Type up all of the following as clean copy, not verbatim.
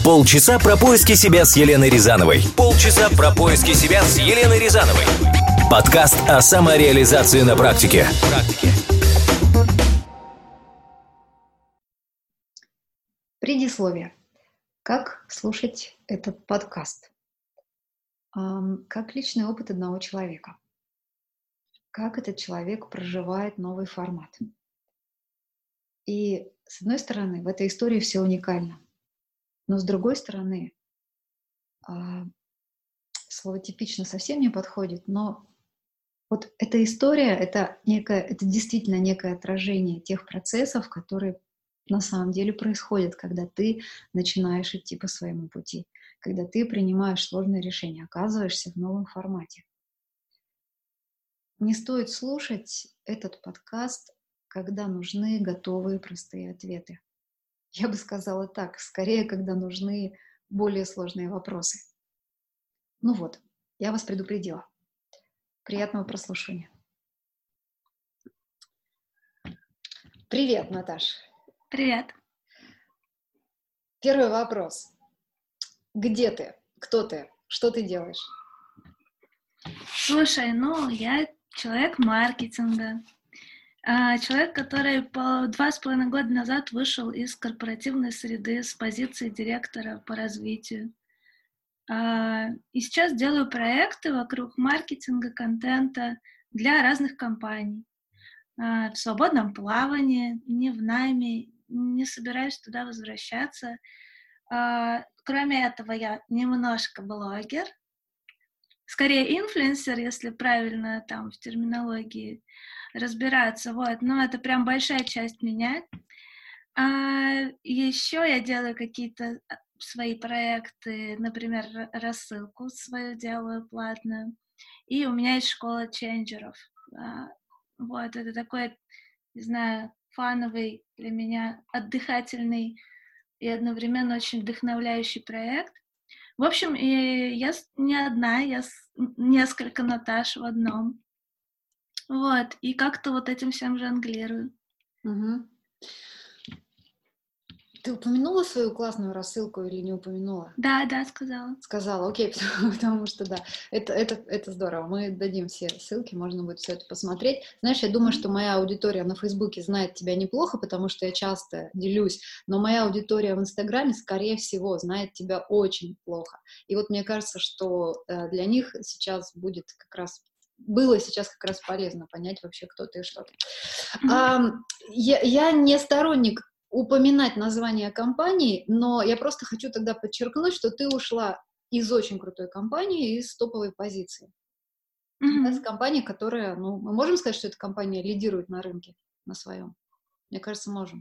Полчаса про поиски себя с Еленой Рязановой. Полчаса про поиски себя с Еленой Рязановой. Подкаст о самореализации на практике. Предисловие. Как слушать этот подкаст? Как личный опыт одного человека. Как этот человек проживает новый формат. И с одной стороны, в этой истории все уникально. Но с другой стороны, слово «типично» совсем не подходит, но вот эта история, это действительно некое отражение тех процессов, которые на самом деле происходят, когда ты начинаешь идти по своему пути, когда ты принимаешь сложные решения, оказываешься в новом формате. Не стоит слушать этот подкаст, когда нужны готовые простые ответы. Я бы сказала так, скорее, когда нужны более сложные вопросы. Ну вот, я вас предупредила. Приятного прослушивания. Привет, Наташ. Привет. Первый вопрос. Где ты? Кто ты? Что ты делаешь? Слушай, я человек маркетинга. Человек, который 2,5 года назад вышел из корпоративной среды с позиции директора по развитию. И сейчас делаю проекты вокруг маркетинга, контента для разных компаний. В свободном плавании, не в найме, не собираюсь туда возвращаться. Кроме этого, я немножко блогер, скорее инфлюенсер, если правильно там в терминологии разбираться, но это прям большая часть меня. Еще я делаю какие-то свои проекты, например, рассылку свою делаю платную, и у меня есть школа ченджеров. Это такой, не знаю, фановый для меня, отдыхательный и одновременно очень вдохновляющий проект. В общем, я не одна, я несколько Наташ в одном. И как-то этим всем жонглирую. Угу. Ты упомянула свою классную рассылку или не упомянула? Да, сказала. Сказала, окей, потому что да, это здорово. Мы дадим все ссылки, можно будет все это посмотреть. Знаешь, я думаю, что моя аудитория на Фейсбуке знает тебя неплохо, потому что я часто делюсь, но моя аудитория в Инстаграме, скорее всего, знает тебя очень плохо. И вот мне кажется, что для них сейчас было сейчас как раз полезно понять вообще, кто ты и что ты. Я не сторонник упоминать название компании, но я просто хочу тогда подчеркнуть, что ты ушла из очень крутой компании, из топовой позиции. С компании, которая, мы можем сказать, что эта компания лидирует на рынке, на своем? Мне кажется, можем.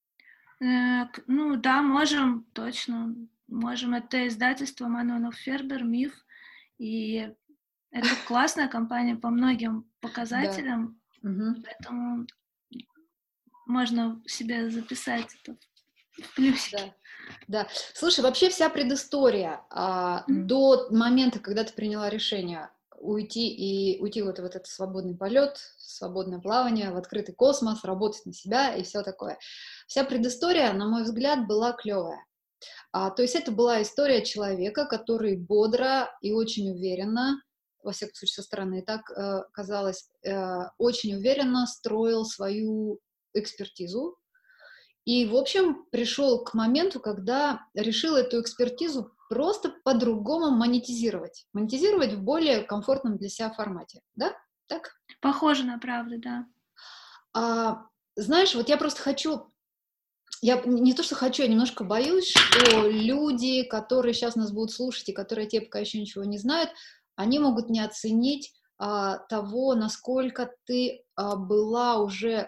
Да, можем, точно. Можем. Это издательство Манонов Фербер, МИФ, и это классная компания по многим показателям, поэтому можно себе записать это в плюсики. Да. Слушай, вообще вся предыстория до момента, когда ты приняла решение уйти в этот свободный полет, свободное плавание, в открытый космос, работать на себя и все такое. Вся предыстория, на мой взгляд, была клевая. То есть это была история человека, который бодро и очень уверенно, во всяком случае со стороны так казалось, очень уверенно строил свою экспертизу. И, в общем, пришел к моменту, когда решил эту экспертизу просто по-другому монетизировать. Монетизировать в более комфортном для себя формате. Да? Так? Похоже на правду, да. Знаешь, я просто хочу... Я не то, что хочу, я немножко боюсь, что люди, которые сейчас нас будут слушать и которые те пока еще ничего не знают, они могут не оценить того, насколько ты была уже...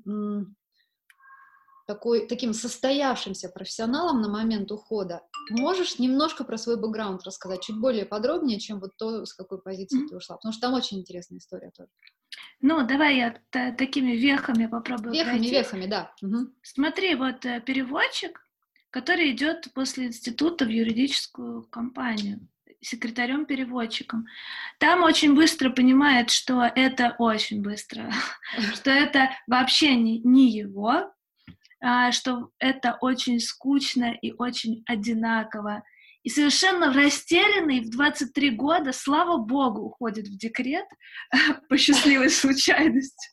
таким состоявшимся профессионалом на момент ухода. Можешь немножко про свой бэкграунд рассказать, чуть более подробнее, чем то, с какой позиции ты ушла? Потому что там очень интересная история тоже. Давай я такими вехами попробую пройти. Вехами, да. Угу. Смотри, переводчик, который идет после института в юридическую компанию, секретарем-переводчиком. Там очень быстро понимает, что это очень быстро, что это вообще не его, что это очень скучно и очень одинаково. И совершенно растерянный в 23 года, слава богу, уходит в декрет по счастливой случайности.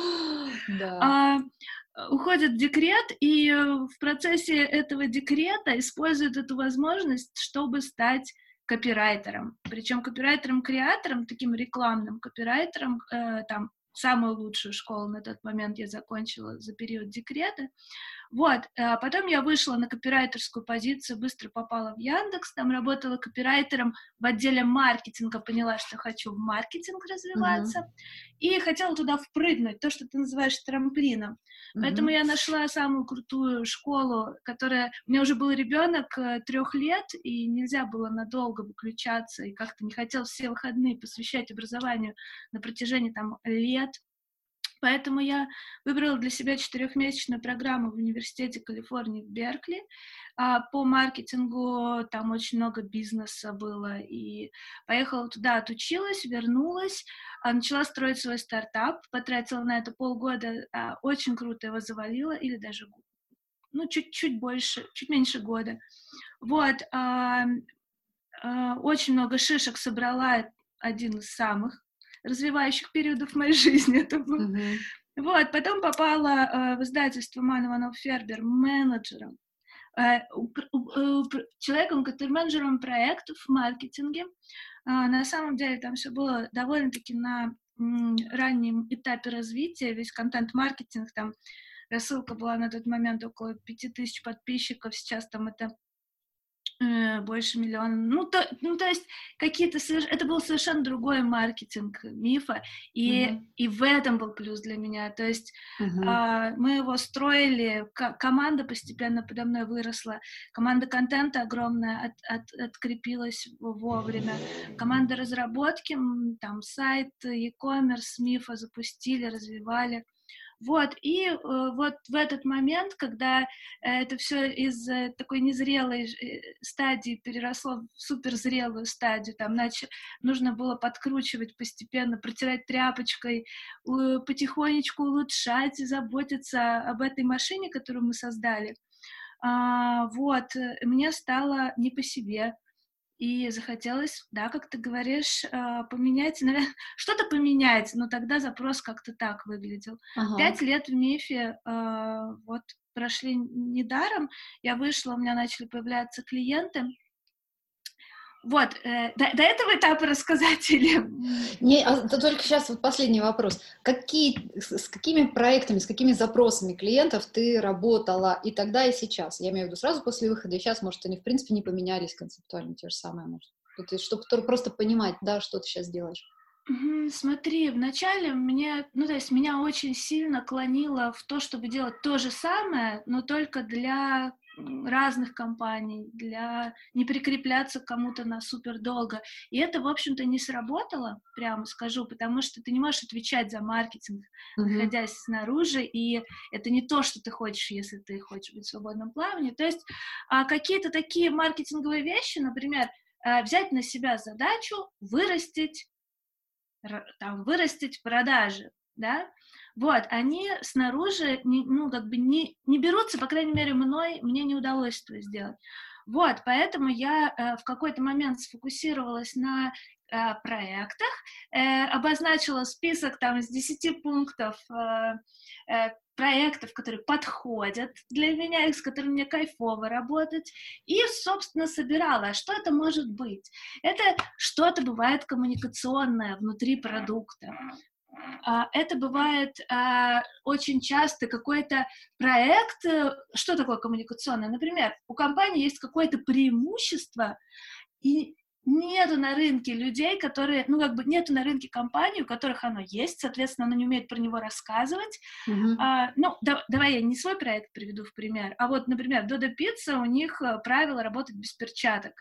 Уходит в декрет, и в процессе этого декрета использует эту возможность, чтобы стать копирайтером. Причем копирайтером-креатором, таким рекламным копирайтером, там, самую лучшую школу на тот момент я закончила за период декрета. Вот, потом я вышла на копирайтерскую позицию, быстро попала в Яндекс, там работала копирайтером в отделе маркетинга, поняла, что хочу в маркетинг развиваться, и хотела туда впрыгнуть, то, что ты называешь трамплином. Поэтому я нашла самую крутую школу, которая... У меня уже был ребенок 3 лет, и нельзя было надолго выключаться, и как-то не хотел все выходные посвящать образованию на протяжении там лет. Поэтому я выбрала для себя 4-месячную программу в университете Калифорнии в Беркли. По маркетингу там очень много бизнеса было. И поехала туда, отучилась, вернулась, начала строить свой стартап, потратила на это полгода, очень круто его завалила, или даже чуть больше, чуть меньше года. Вот, очень много шишек собрала, один из самых развивающих периодов моей жизни это был. Вот, потом попала в издательство Man Иванов Фербер менеджером, человеком, который менеджером проектов в маркетинге. На самом деле там все было довольно-таки на раннем этапе развития, весь контент-маркетинг, там рассылка была на тот момент около 5000 подписчиков, сейчас там это больше миллиона. То есть какие-то... Это был совершенно другой маркетинг мифа, и в этом был плюс для меня. То есть мы его строили, команда постепенно подо мной выросла, команда контента огромная открепилась вовремя, команда разработки, там сайт, e-commerce, мифа запустили, развивали. Вот, и вот в этот момент, когда это все из такой незрелой стадии переросло в суперзрелую стадию, там нужно было подкручивать постепенно, протирать тряпочкой, потихонечку улучшать, заботиться об этой машине, которую мы создали, вот, мне стало не по себе. И захотелось, да, как ты говоришь, поменять, наверное, что-то поменять, но тогда запрос как-то так выглядел. 5 лет в МИФе вот прошли недаром, я вышла, у меня начали появляться клиенты. Вот, до этого этапа рассказать или... Только сейчас вот последний вопрос. С какими проектами, с какими запросами клиентов ты работала и тогда, и сейчас? Я имею в виду сразу после выхода, и сейчас, может, они, в принципе, не поменялись концептуально, те же самые, может. Чтобы просто понимать, да, что ты сейчас делаешь. Смотри, вначале меня очень сильно клонило в то, чтобы делать то же самое, но только для разных компаний, для не прикрепляться к кому-то на супер долго. И это, в общем-то, не сработало, прямо скажу, потому что ты не можешь отвечать за маркетинг, находясь снаружи, и это не то, что ты хочешь, если ты хочешь быть в свободном плавании. То есть какие-то такие маркетинговые вещи, например, взять на себя задачу вырастить продажи, да, вот, они снаружи, не берутся, по крайней мере, мне не удалось этого сделать. Вот, поэтому я в какой-то момент сфокусировалась на проектах, обозначила список там из 10 пунктов проектов, которые подходят для меня, и с которыми мне кайфово работать, и, собственно, собирала, что это может быть. Это что-то бывает коммуникационное внутри продукта. Это бывает очень часто какой-то проект. Что такое коммуникационное? Например, у компании есть какое-то преимущество, и нету на рынке людей, которые, нету на рынке компаний, у которых оно есть, соответственно, она не умеет про него рассказывать. Давай я не свой проект приведу в пример, а вот, например, Додо Пицца, у них правило работать без перчаток.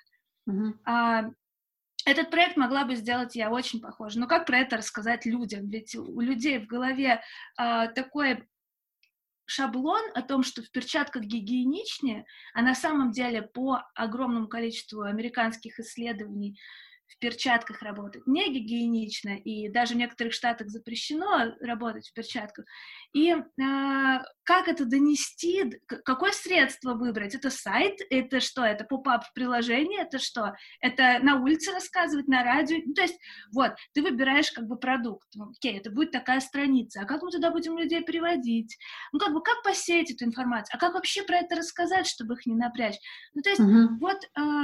Этот проект могла бы сделать я очень похоже. Но как про это рассказать людям? Ведь у людей в голове такой шаблон о том, что в перчатках гигиеничнее, а на самом деле по огромному количеству американских исследований в перчатках работать не гигиенично, и даже в некоторых штатах запрещено работать в перчатках. И как это донести, какое средство выбрать? Это сайт? Это что? Это поп-ап приложение? Это что? Это на улице рассказывать, на радио? Ну, то есть, вот, ты выбираешь как бы продукт. Окей, это будет такая страница. А как мы туда будем людей приводить? Ну, как бы, как посеять эту информацию? А как вообще про это рассказать, чтобы их не напрячь? Ну, то есть, вот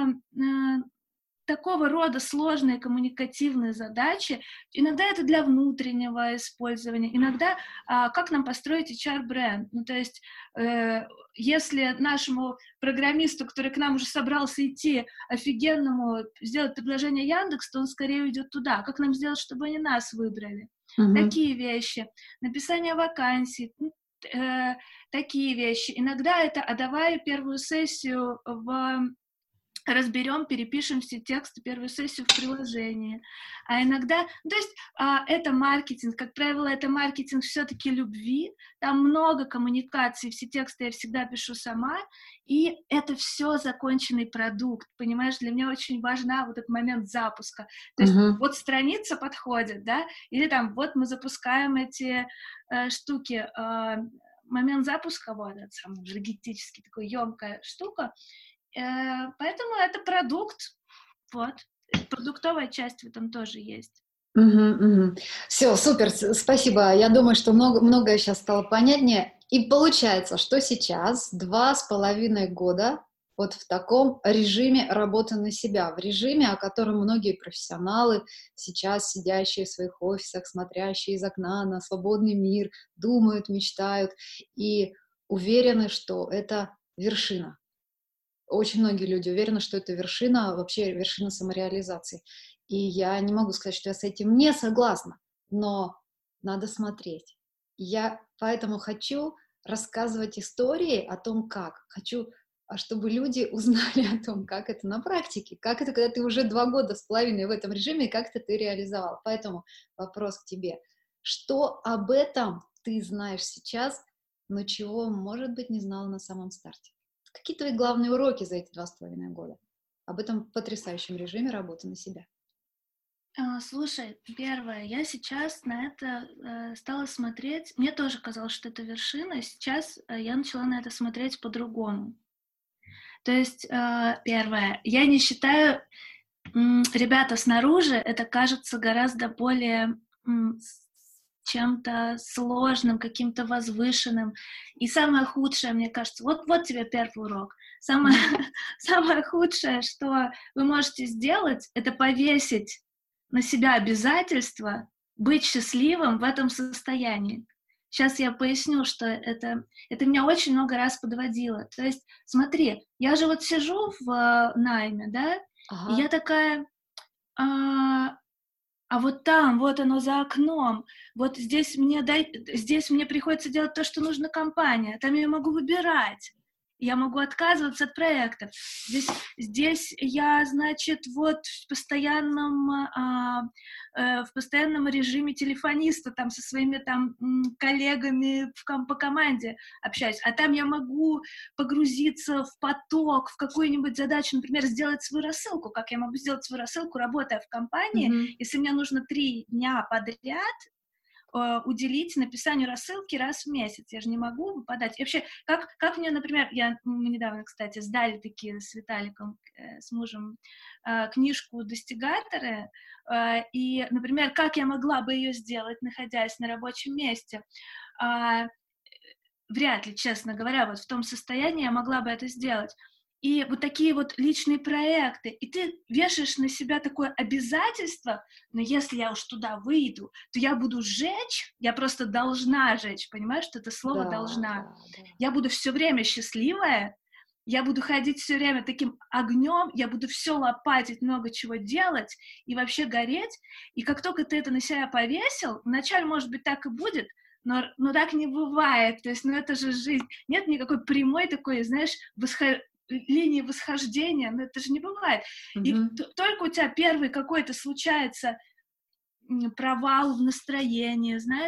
такого рода сложные коммуникативные задачи, иногда это для внутреннего использования, иногда как нам построить HR-бренд. Ну, то есть, если нашему программисту, который к нам уже собрался идти, офигенному сделать предложение Яндекс, то он скорее уйдет туда. Как нам сделать, чтобы они нас выбрали? Такие вещи. Написание вакансий, такие вещи. Иногда это, а давай первую сессию разберем, перепишем все тексты, первую сессию в приложении. А иногда, то есть это маркетинг, как правило, это маркетинг все-таки любви, там много коммуникаций, все тексты я всегда пишу сама, и это все законченный продукт, понимаешь, для меня очень важна вот этот момент запуска. То есть вот страница подходит, да, или там вот мы запускаем эти штуки, момент запуска, вот, это самый энергетический, такой ёмкая штука. Поэтому это продукт, вот, продуктовая часть в этом тоже есть. Все, супер, спасибо. Я думаю, что многое сейчас стало понятнее. И получается, что сейчас 2,5 года вот в таком режиме работы на себя, в режиме, о котором многие профессионалы, сейчас сидящие в своих офисах, смотрящие из окна на свободный мир, думают, мечтают и уверены, что это вершина. Очень многие люди уверены, что это вершина, вообще вершина самореализации. И я не могу сказать, что я с этим не согласна, но надо смотреть. Я поэтому хочу рассказывать истории о том, как. Хочу, чтобы люди узнали о том, как это на практике, как это, когда ты уже 2,5 года в этом режиме, и как это ты реализовал. Поэтому вопрос к тебе. Что об этом ты знаешь сейчас, но чего, может быть, не знала на самом старте? Какие твои главные уроки за эти 2,5 года об этом потрясающем режиме работы на себя? Слушай, первое, я сейчас на это стала смотреть, мне тоже казалось, что это вершина, сейчас я начала на это смотреть по-другому. То есть, первое, я не считаю, ребята снаружи, это кажется гораздо более чем-то сложным, каким-то возвышенным. И самое худшее, мне кажется, вот тебе первый урок. Самое худшее, что вы можете сделать, это повесить на себя обязательство быть счастливым в этом состоянии. Сейчас я поясню, что это меня очень много раз подводило. То есть, смотри, я же вот сижу в найме, да, и я такая... А вот там, вот оно за окном, вот здесь мне приходится делать то, что нужно компания, там я могу выбирать, я могу отказываться от проектов. Здесь я, значит, вот в постоянном режиме телефониста там со своими там коллегами по команде общаюсь, а там я могу погрузиться в поток, в какую-нибудь задачу, например, сделать свою рассылку. Как я могу сделать свою рассылку, работая в компании, если мне нужно 3 дня подряд уделить написанию рассылки раз в месяц. Я же не могу выпадать. И вообще, как мне, например, мы недавно, кстати, сдали такие с Виталиком, с мужем, книжку «Достигаторы», и, например, как я могла бы ее сделать, находясь на рабочем месте? Вряд ли, честно говоря, вот в том состоянии я могла бы это сделать. И вот такие вот личные проекты, и ты вешаешь на себя такое обязательство, но если я уж туда выйду, то я буду жечь, я просто должна жечь, понимаешь, что это слово «должна». Да. Я буду все время счастливая, я буду ходить все время таким огнем, я буду все лопатить, много чего делать и вообще гореть, и как только ты это на себя повесил, вначале, может быть, так и будет, но так не бывает, то есть, это же жизнь, нет никакой прямой такой, знаешь, линии восхождения, но это же не бывает. И только у тебя первый какой-то случается провал в настроении, знаешь,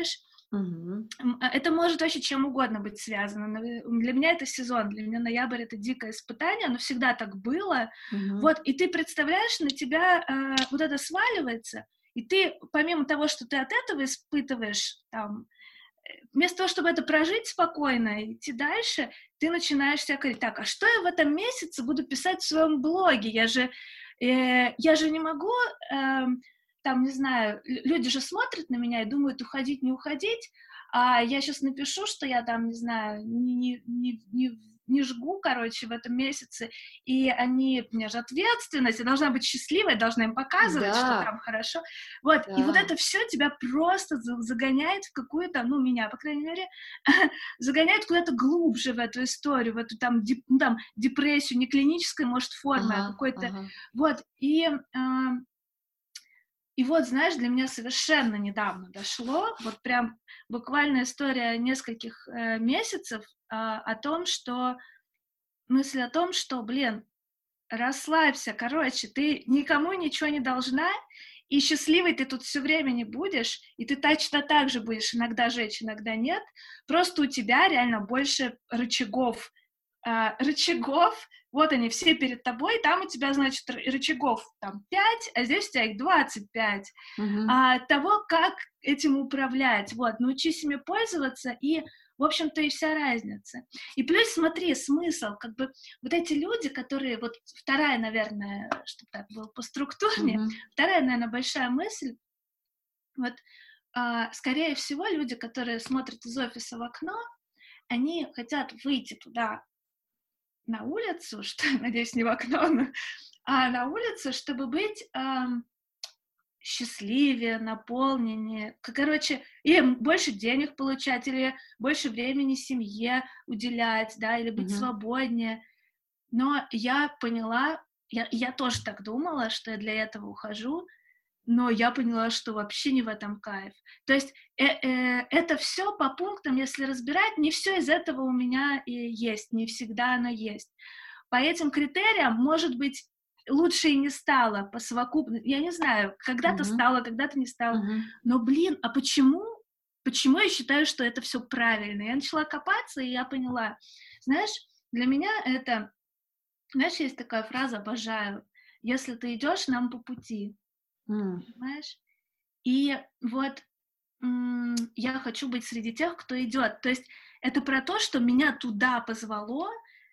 Мгм. Это может вообще чем угодно быть связано. Для меня это сезон, для меня ноябрь — это дикое испытание, оно всегда так было. Мгм. Вот, и ты представляешь, на тебя вот это сваливается, и ты, помимо того, что ты от этого испытываешь, там, вместо того, чтобы это прожить спокойно и идти дальше, ты начинаешь себя говорить: так, а что я в этом месяце буду писать в своем блоге? Я же не могу, там, не знаю, люди же смотрят на меня и думают, уходить, не уходить, а я сейчас напишу, что я там, не знаю, не жгу, короче, в этом месяце, и у меня же ответственность, я должна быть счастливой, я должна им показывать, что Да, там хорошо. Вот, и вот да. это все тебя просто загоняет в какую-то, ну, меня, по крайней мере, загоняет куда-то глубже в эту историю, в эту там, там депрессию, не клинической, может, формы, а Ага, какой-то... ага. Вот, и вот, знаешь, для меня совершенно недавно дошло, вот прям буквально история нескольких месяцев о том, что... Мысль о том, что, блин, расслабься, короче, ты никому ничего не должна, и счастливой ты тут все время не будешь, и ты точно так же будешь иногда жечь, иногда нет, просто у тебя реально больше рычагов, вот они все перед тобой, там у тебя, значит, рычагов там 5, а здесь у тебя их 25, Мгм. того, как этим управлять, вот, научись ими пользоваться, и, в общем-то, и вся разница. И плюс, смотри, смысл, как бы, вот эти люди, которые, вот, вторая, наверное, чтобы так было поструктурнее, Мгм. вторая, наверное, большая мысль, вот, скорее всего, люди, которые смотрят из офиса в окно, они хотят выйти туда, на улицу, что, надеюсь, не в окно, а на улицу, чтобы быть счастливее, наполненнее, короче, или больше денег получать, или больше времени семье уделять, да, или быть Мгм. свободнее. Но я поняла, я тоже так думала, что я для этого ухожу, но я поняла, что вообще не в этом кайф. То есть это все по пунктам, если разбирать, не все из этого у меня и есть, не всегда оно есть. По этим критериям, может быть, лучше и не стало по совокупности. Я не знаю, когда-то Мгм. стало, когда-то не стало. Мгм. Но, блин, а почему? Почему я считаю, что это все правильно? Я начала копаться, и я поняла. Знаешь, для меня это... Знаешь, есть такая фраза «обожаю». Если ты идешь, нам по пути. М. Понимаешь? И вот я хочу быть среди тех, кто идет. То есть это про то, что меня туда позвало,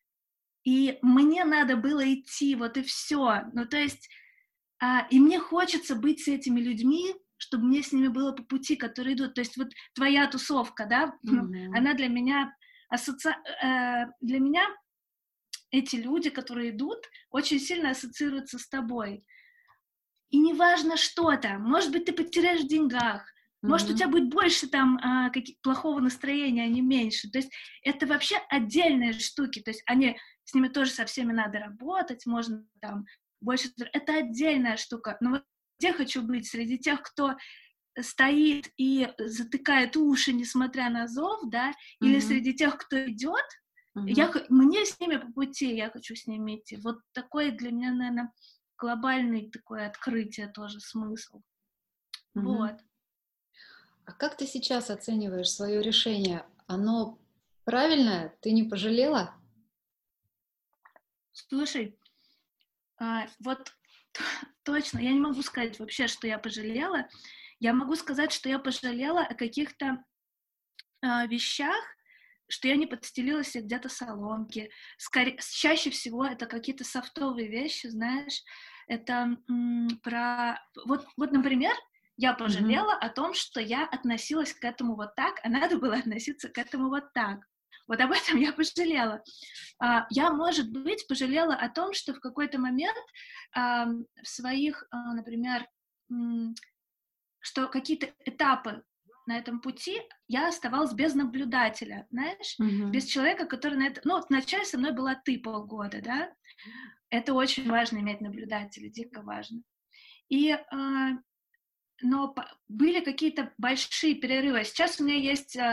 и мне надо было идти, вот и все. Ну, то есть, и мне хочется быть с этими людьми, чтобы мне с ними было по пути, которые идут. То есть вот твоя тусовка, да, Мгм. она для меня для меня эти люди, которые идут, очень сильно ассоциируются с тобой. И неважно, что там, может быть, ты потеряешь в деньгах, может, у тебя Мгм. будет больше там плохого настроения, а не меньше. То есть это вообще отдельные штуки. То есть с ними тоже со всеми надо работать, можно там больше... Это отдельная штука. Но вот где хочу быть? Среди тех, кто стоит и затыкает уши, несмотря на зов, да, или Мгм. среди тех, кто идет, Мгм. мне с ними по пути, я хочу с ними идти. Вот такой для меня, наверное, глобальный такое открытие тоже смысл. Вот. Мгм. А как ты сейчас оцениваешь свое решение? Оно правильное? Ты не пожалела? Слушай, вот точно, я не могу сказать вообще, что я пожалела. Я могу сказать, что я пожалела о каких-то вещах, что я не подстелила себе где-то соломки. Чаще всего это какие-то софтовые вещи, знаешь. Это Вот, например, я Мгм. пожалела о том, что я относилась к этому вот так, а надо было относиться к этому вот так. Вот об этом я пожалела. Я, может быть, пожалела о том, что в какой-то момент в своих, например, что какие-то этапы на этом пути я оставалась без наблюдателя, знаешь, без Мгм. человека, который на это... Ну, вначале со мной была ты полгода, да? Это очень важно иметь наблюдателя, дико важно. И но были какие-то большие перерывы. Сейчас у меня есть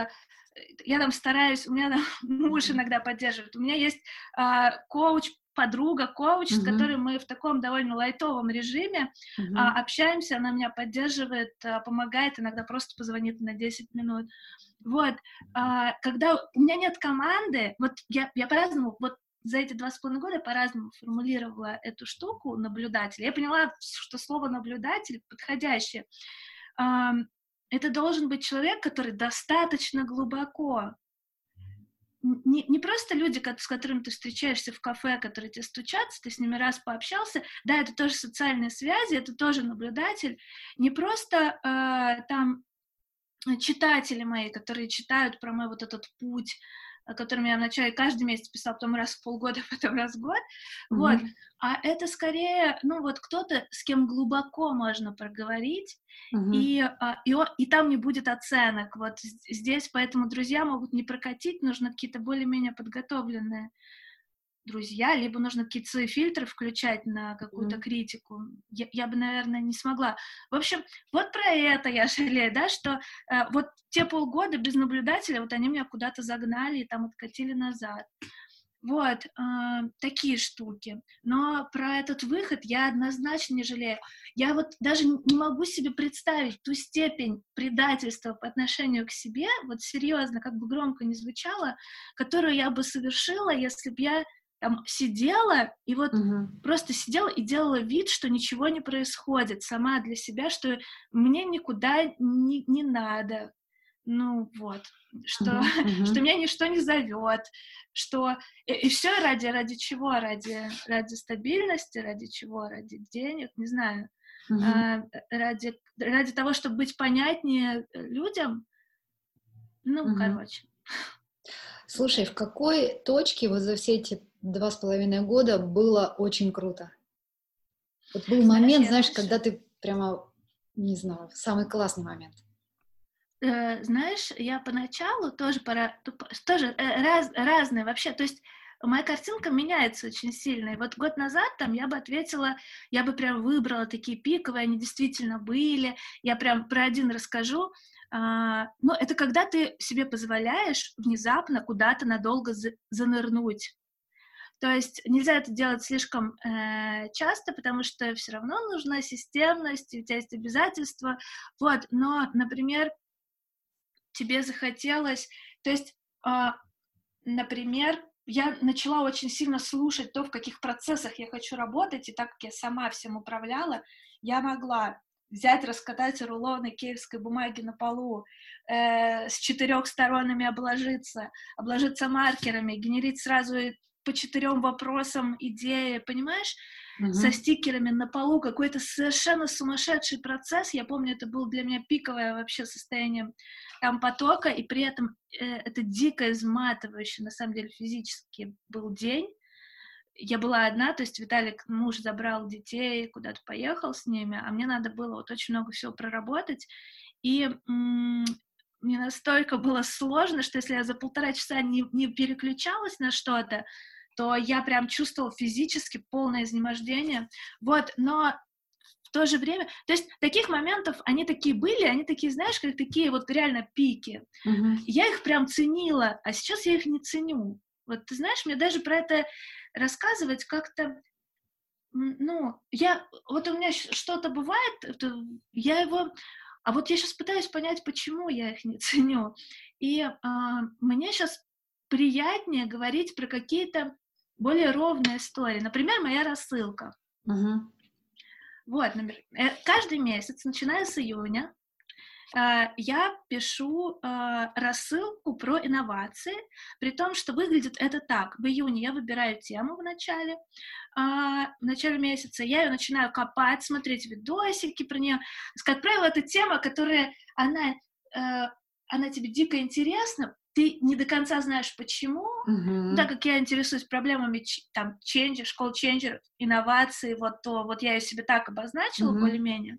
я там стараюсь, у меня там муж иногда поддерживает, у меня есть коуч, подруга-коуч, с которой мы в таком довольно лайтовом режиме общаемся, она меня поддерживает, помогает, иногда просто позвонит на 10 минут. Вот, когда у меня нет команды, вот я по-разному, вот за эти 2,5 года по-разному формулировала эту штуку наблюдателя. Я поняла, что слово «наблюдатель» подходящее. Это должен быть человек, который достаточно глубоко. Не просто люди, с которыми ты встречаешься в кафе, которые тебе стучатся, ты с ними раз пообщался, да, это тоже социальные связи, это тоже наблюдатель. Не просто там читатели мои, которые читают про мой вот этот путь, о котором я вначале каждый месяц писала, потом раз в полгода, потом раз в год, вот, а это скорее, ну, вот кто-то, с кем глубоко можно проговорить, и там не будет оценок, вот здесь, поэтому друзья могут не прокатить, нужно какие-то более-менее подготовленные друзья, либо нужно какие-то свои фильтры включать на какую-то критику. Я бы, наверное, не смогла. В общем, вот про это я жалею, да, что вот те полгода без наблюдателя, вот они меня куда-то загнали и там откатили назад. Вот, такие штуки. Но про этот выход я однозначно не жалею. Я вот даже не могу себе представить ту степень предательства по отношению к себе, вот серьезно, как бы громко ни звучало, которую я бы совершила, если бы я там сидела и вот просто сидела и делала вид, что ничего не происходит сама для себя, что мне никуда не надо. Ну вот, что меня ничто не зовет, что... И все ради чего? Ради стабильности, ради чего? Ради денег, не знаю. Ради того, чтобы быть понятнее людям. Ну, короче. Слушай, в какой точке вот за все эти 2,5 года было очень круто? Вот был момент, знаешь, когда ты прямо, не знаю, самый классный момент. Знаешь, я поначалу тоже разные вообще, то есть моя картинка меняется очень сильно, и вот год назад там я бы ответила, я бы прям выбрала такие пиковые, они действительно были, я прям про один расскажу, ну, это когда ты себе позволяешь внезапно куда-то надолго занырнуть. То есть нельзя это делать слишком часто, потому что все равно нужна системность, у тебя есть обязательства, вот, но, например, тебе захотелось, то есть, например, я начала очень сильно слушать то, в каких процессах я хочу работать, и так как я сама всем управляла, я могла взять, раскатать рулон икеевской бумаги на полу, с 4 сторонами обложиться маркерами, генерить сразу по 4 вопросам идеи, понимаешь? Со стикерами на полу, какой-то совершенно сумасшедший процесс. Я помню, это было для меня пиковое вообще состояние там потока, и при этом это дико изматывающе, на самом деле, физически был день. Я была одна, то есть Виталик, муж, забрал детей, куда-то поехал с ними, а мне надо было вот очень много всего проработать, и мне настолько было сложно, что если я за 1,5 часа не переключалась на что-то, то я прям чувствовала физически полное изнемождение, вот, но в то же время, то есть таких моментов, они такие были, они такие, знаешь, как такие вот реально пики, я их прям ценила, а сейчас я их не ценю, вот, ты знаешь, мне даже про это рассказывать как-то, ну, вот у меня что-то бывает, я его, а вот я сейчас пытаюсь понять, почему я их не ценю, и мне сейчас приятнее говорить про какие-то более ровные истории. Например, моя рассылка. Вот, каждый месяц, начиная с июня, я пишу рассылку про инновации, при том, что выглядит это так. В июне я выбираю тему в начале месяца, я ее начинаю копать, смотреть видосики про нее. Как правило, это тема, которая, она тебе дико интересна, ты не до конца знаешь, почему, так как я интересуюсь проблемами там, школ ченджеров, инноваций, вот я ее себе так обозначила более-менее,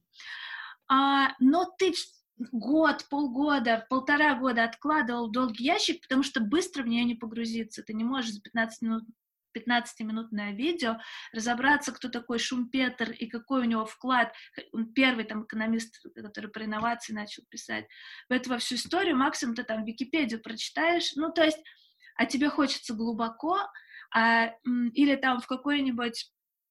но ты год, полгода, 1,5 года откладывал в долгий ящик, потому что быстро в нее не погрузиться, ты не можешь за 15 минут 15-минутное видео, разобраться, кто такой Шумпетер и какой у него вклад. Он первый там экономист, который про инновации начал писать. В эту во всю историю максимум ты там Википедию прочитаешь, ну, то есть, а тебе хочется глубоко, или там в какой-нибудь,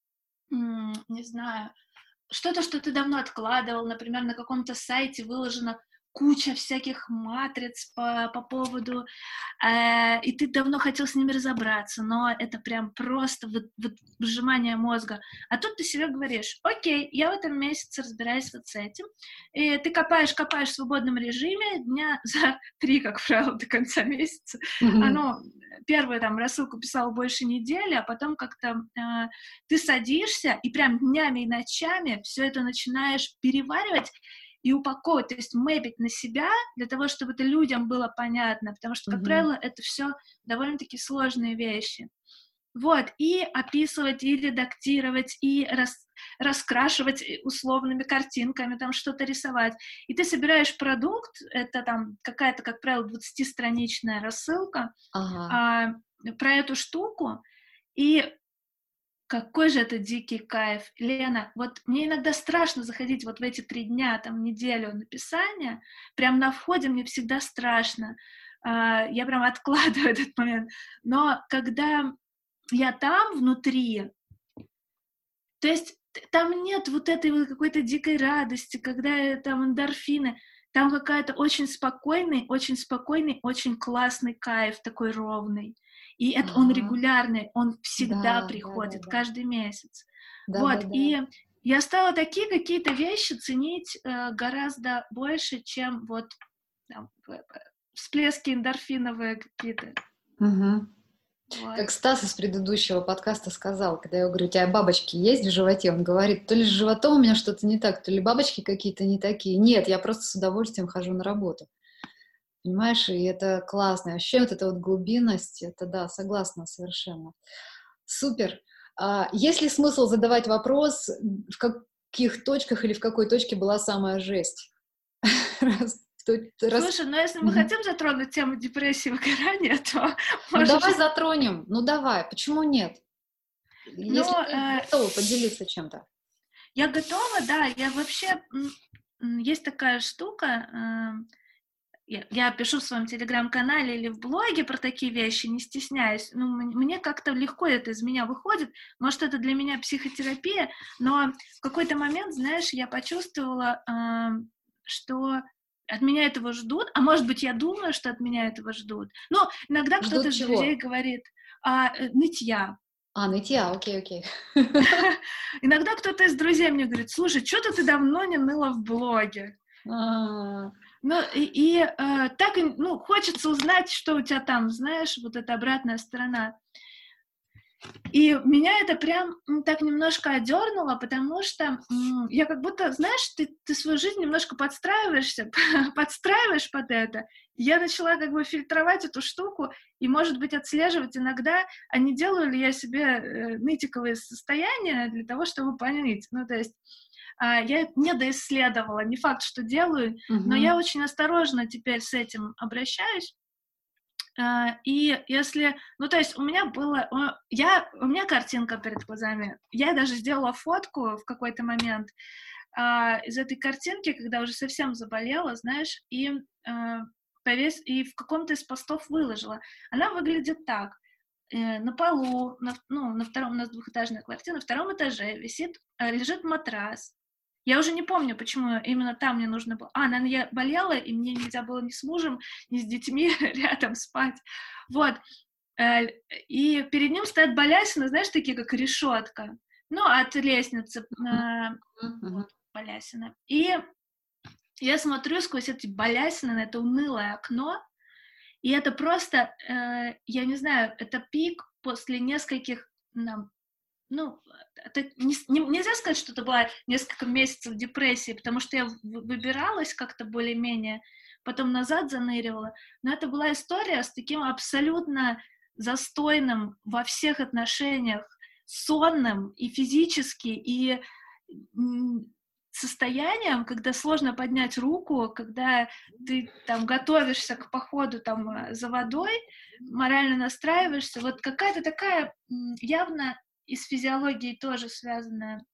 не знаю, что-то, что ты давно откладывал, например, на каком-то сайте выложено куча всяких матриц по поводу, и ты давно хотел с ними разобраться, но это прям просто выжимание мозга. А тут ты себе говоришь: окей, я в этом месяце разбираюсь вот с этим, и ты копаешь в свободном режиме дня за 3, как правило, до конца месяца. Первую там рассылку писала больше недели, а потом как-то ты садишься и прям днями и ночами все это начинаешь переваривать и упаковывать, то есть мэпить на себя для того, чтобы это людям было понятно, потому что, как правило, это все довольно-таки сложные вещи. Вот, и описывать, и редактировать, и раскрашивать условными картинками, там что-то рисовать. И ты собираешь продукт, это там какая-то, как правило, 20-страничная рассылка про эту штуку, и какой же это дикий кайф. Лена, вот мне иногда страшно заходить вот в эти 3 дня, там, неделю написания, прям на входе мне всегда страшно, я прям откладываю этот момент, но когда я там внутри, то есть там нет вот этой вот какой-то дикой радости, когда там эндорфины, там какая-то очень спокойный, очень классный кайф, такой ровный. И это он регулярный, он всегда приходит, каждый месяц. И я стала такие какие-то вещи ценить гораздо больше, чем вот там, всплески эндорфиновые какие-то. Вот. Как Стас из предыдущего подкаста сказал, когда я говорю: у тебя бабочки есть в животе? Он говорит: то ли с животом у меня что-то не так, то ли бабочки какие-то не такие. Нет, я просто с удовольствием хожу на работу. Понимаешь, и это классно. И вообще вот эта вот глубинность, это да, согласна совершенно. Супер. Есть ли смысл задавать вопрос, в каких точках или в какой точке была самая жесть? Слушай, ну если мы хотим затронуть тему депрессии и выгорания, то... давай затронем, давай, почему нет? Если ты готова поделиться чем-то. Я готова, да, я вообще... Есть такая штука, я пишу в своем телеграм-канале или в блоге про такие вещи, не стесняюсь, мне как-то легко это из меня выходит, может, это для меня психотерапия, но в какой-то момент, знаешь, я почувствовала, что от меня этого ждут, а может быть, я думаю, что от меня этого ждут. Иногда кто-то из друзей говорит: нытья. Нытья, окей. Иногда кто-то из друзей мне говорит: слушай, что-то ты давно не ныла в блоге. Так, хочется узнать, что у тебя там, знаешь, вот эта обратная сторона. И меня это прям так немножко одернуло, потому что я как будто, знаешь, ты свою жизнь немножко подстраиваешь под это. Я начала как бы фильтровать эту штуку и, может быть, отслеживать иногда, а не делаю ли я себе нытиковые состояния для того, чтобы понять. То есть я не доисследовала, не факт, что делаю, но я очень осторожно теперь с этим обращаюсь. И если... то есть у меня картинка перед глазами. Я даже сделала фотку в какой-то момент из этой картинки, когда уже совсем заболела, знаешь, и в каком-то из постов выложила. Она выглядит так. На полу, на втором, у нас двухэтажная квартира, на втором этаже лежит матрас. Я уже не помню, почему именно там мне нужно было... наверное, я болела, и мне нельзя было ни с мужем, ни с детьми рядом спать. Вот. И перед ним стоят балясины, знаешь, такие, как решетка. От лестницы балясина. И я смотрю сквозь эти балясины на это унылое окно, и это просто, я не знаю, это пик после нескольких... это нельзя сказать, что это было несколько месяцев депрессии, потому что я выбиралась как-то более-менее, потом назад заныривала, но это была история с таким абсолютно застойным во всех отношениях, сонным и физически, и состоянием, когда сложно поднять руку, когда ты там готовишься к походу там за водой, морально настраиваешься. Вот какая-то такая явно и с физиологией тоже связанная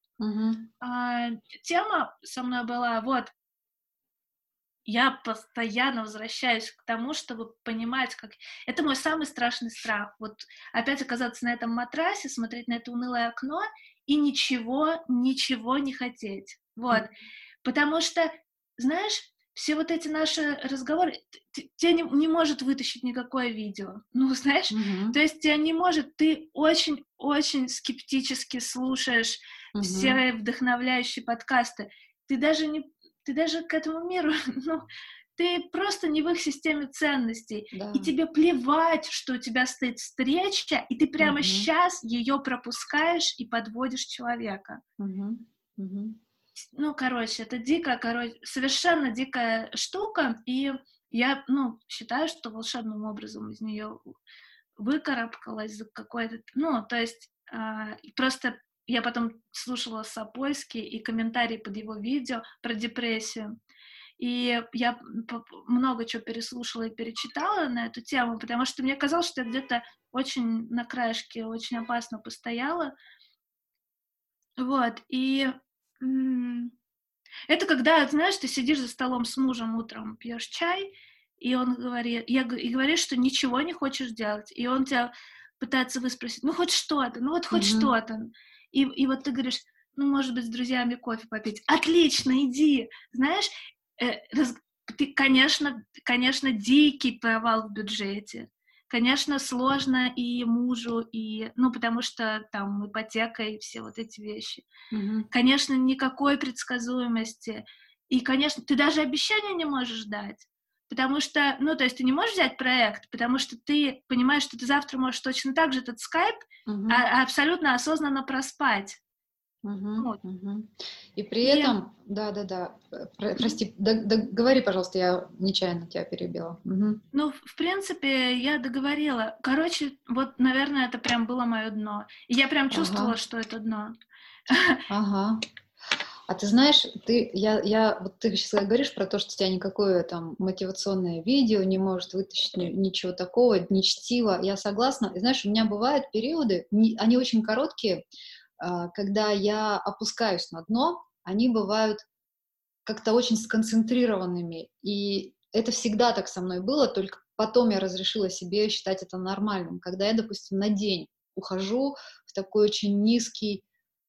тема со мной была. Вот, я постоянно возвращаюсь к тому, чтобы понимать, как... Это мой самый страшный страх. Вот опять оказаться на этом матрасе, смотреть на это унылое окно и ничего не хотеть. Вот. Потому что, знаешь, все вот эти наши разговоры, тебя не может вытащить никакое видео. Ну, знаешь, то есть тебя не может, ты очень-очень скептически слушаешь все вдохновляющие подкасты. Ты даже к этому миру, ну, ты просто не в их системе ценностей. Да. И тебе плевать, что у тебя стоит встреча, и ты прямо сейчас ее пропускаешь и подводишь человека. Ну, короче, это совершенно дикая штука, и я, считаю, что волшебным образом из нее выкарабкалась за какой-то... Ну, то есть просто я потом слушала Сапольский и комментарии под его видео про депрессию, и я много чего переслушала и перечитала на эту тему, потому что мне казалось, что я где-то очень на краешке, очень опасно постояла. Вот, и... Это когда, знаешь, ты сидишь за столом с мужем утром, пьешь чай, и он говорит, и говоришь, что ничего не хочешь делать, и он тебя пытается выспросить, ну хоть что-то, ну вот хоть что-то, и вот ты говоришь, ну может быть с друзьями кофе попить, отлично, иди, знаешь, ты, конечно, дикий провал в бюджете. Конечно, сложно и мужу, и, потому что там ипотека и все вот эти вещи. Конечно, никакой предсказуемости. И, конечно, ты даже обещания не можешь дать. Потому что, то есть ты не можешь взять проект, потому что ты понимаешь, что ты завтра можешь точно так же этот скайп абсолютно осознанно проспать. И при этом, прости, говори, пожалуйста, я нечаянно тебя перебила. Ну, в принципе, я договорила. Короче, вот, наверное, это прям было мое дно. И я прям чувствовала, что это дно. А ты знаешь, вот ты сейчас говоришь про то, что у тебя никакое там мотивационное видео не может вытащить ничего такого, не чтиво. Я согласна. И знаешь, у меня бывают периоды, они очень короткие, когда я опускаюсь на дно, они бывают как-то очень сконцентрированными. И это всегда так со мной было, только потом я разрешила себе считать это нормальным. Когда я, допустим, на день ухожу в такой очень низкий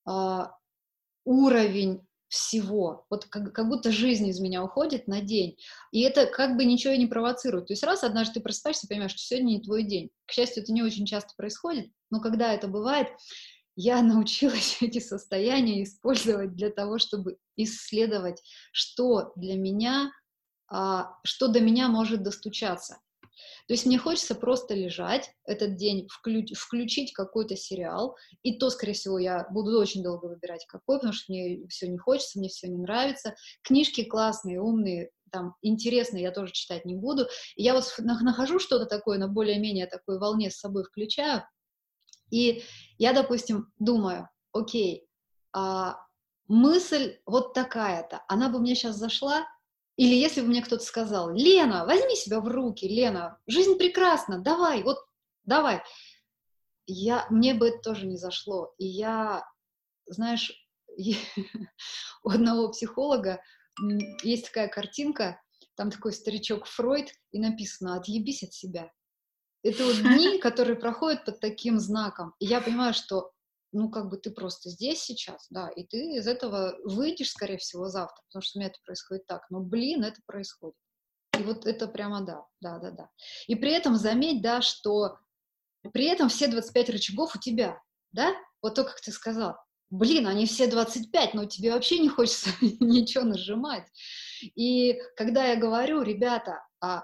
уровень всего, вот как будто жизнь из меня уходит на день, и это как бы ничего и не провоцирует. То есть раз однажды ты просыпаешься и понимаешь, что сегодня не твой день. К счастью, это не очень часто происходит, но когда это бывает, я научилась эти состояния использовать для того, чтобы исследовать, что для меня, что до меня может достучаться. То есть мне хочется просто лежать этот день, включить какой-то сериал, и то, скорее всего, я буду очень долго выбирать какой, потому что мне все не хочется, мне все не нравится. Книжки классные, умные, там, интересные я тоже читать не буду. И я вот нахожу что-то такое на более-менее такой волне с собой включаю, и я, допустим, думаю, окей, мысль вот такая-то, она бы мне сейчас зашла, или если бы мне кто-то сказал, Лена, возьми себя в руки, Лена, жизнь прекрасна, давай, вот, давай. Мне бы это тоже не зашло. И я, знаешь, у одного психолога есть такая картинка, там такой старичок Фройд, и написано «Отъебись от себя». Это вот дни, которые проходят под таким знаком. И я понимаю, что, ты просто здесь сейчас, да, и ты из этого выйдешь, скорее всего, завтра, потому что у меня это происходит так. Но, это происходит. И вот это прямо да. И при этом заметь, да, что при этом все 25 рычагов у тебя, да? Вот то, как ты сказал. Они все 25, но тебе вообще не хочется ничего нажимать. И когда я говорю, ребят,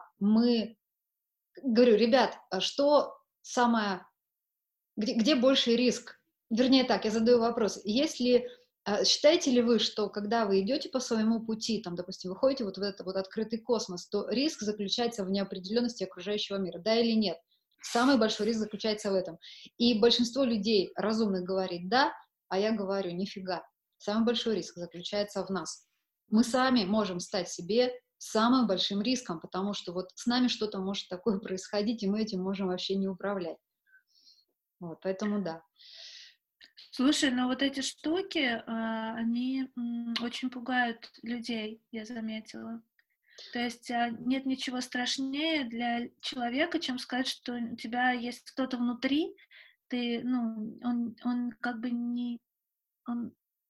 что самое, где больший риск? Вернее так, я задаю вопрос. Считаете ли вы, что когда вы идете по своему пути, там, допустим, вы ходите вот в этот вот открытый космос, то риск заключается в неопределенности окружающего мира, да или нет? Самый большой риск заключается в этом. И большинство людей разумных говорит «да», а я говорю «нифига». Самый большой риск заключается в нас. Мы сами можем стать себе самым большим риском, потому что вот с нами что-то может такое происходить, и мы этим можем вообще не управлять. Вот, поэтому да. Слушай, но вот эти штуки, они очень пугают людей, я заметила. То есть нет ничего страшнее для человека, чем сказать, что у тебя есть кто-то внутри, ты, ну, он как бы не, он,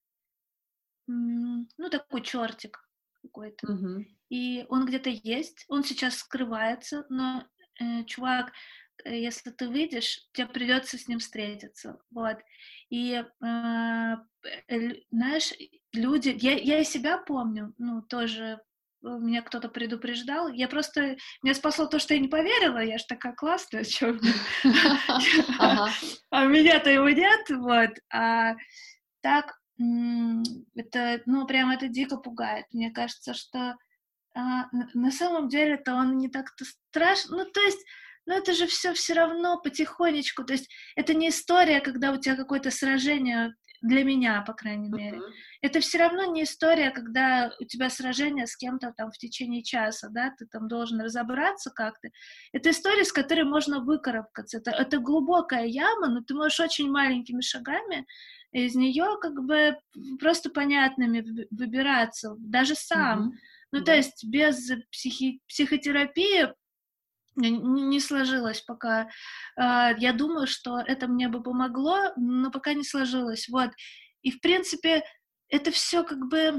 ну, такой чертик какой-то. Мгм. И он где-то есть, он сейчас скрывается, но, чувак, если ты выйдешь, тебе придется с ним встретиться, вот. И, знаешь, люди, я и себя помню, ну, тоже меня кто-то предупреждал, меня спасло то, что я не поверила, я ж такая классная, чё мне, Ага. а меня-то его нет, вот, так, это, ну, прям это дико пугает, мне кажется, что на самом деле-то он не так-то страшно. Ну, то есть, ну, это же все равно потихонечку. То есть, это не история, когда у тебя какое-то сражение, для меня, по крайней мере. Мгм. Это все равно не история, когда у тебя сражение с кем-то там в течение часа, да, ты там должен разобраться как-то. Это история, с которой можно выкарабкаться. Это глубокая яма, но ты можешь очень маленькими шагами из нее как бы просто понятными выбираться, даже сам. Мгм. Ну, то Да. есть без психотерапии не сложилось пока. Я думаю, что это мне бы помогло, но пока не сложилось. Вот. И, в принципе, это все как бы...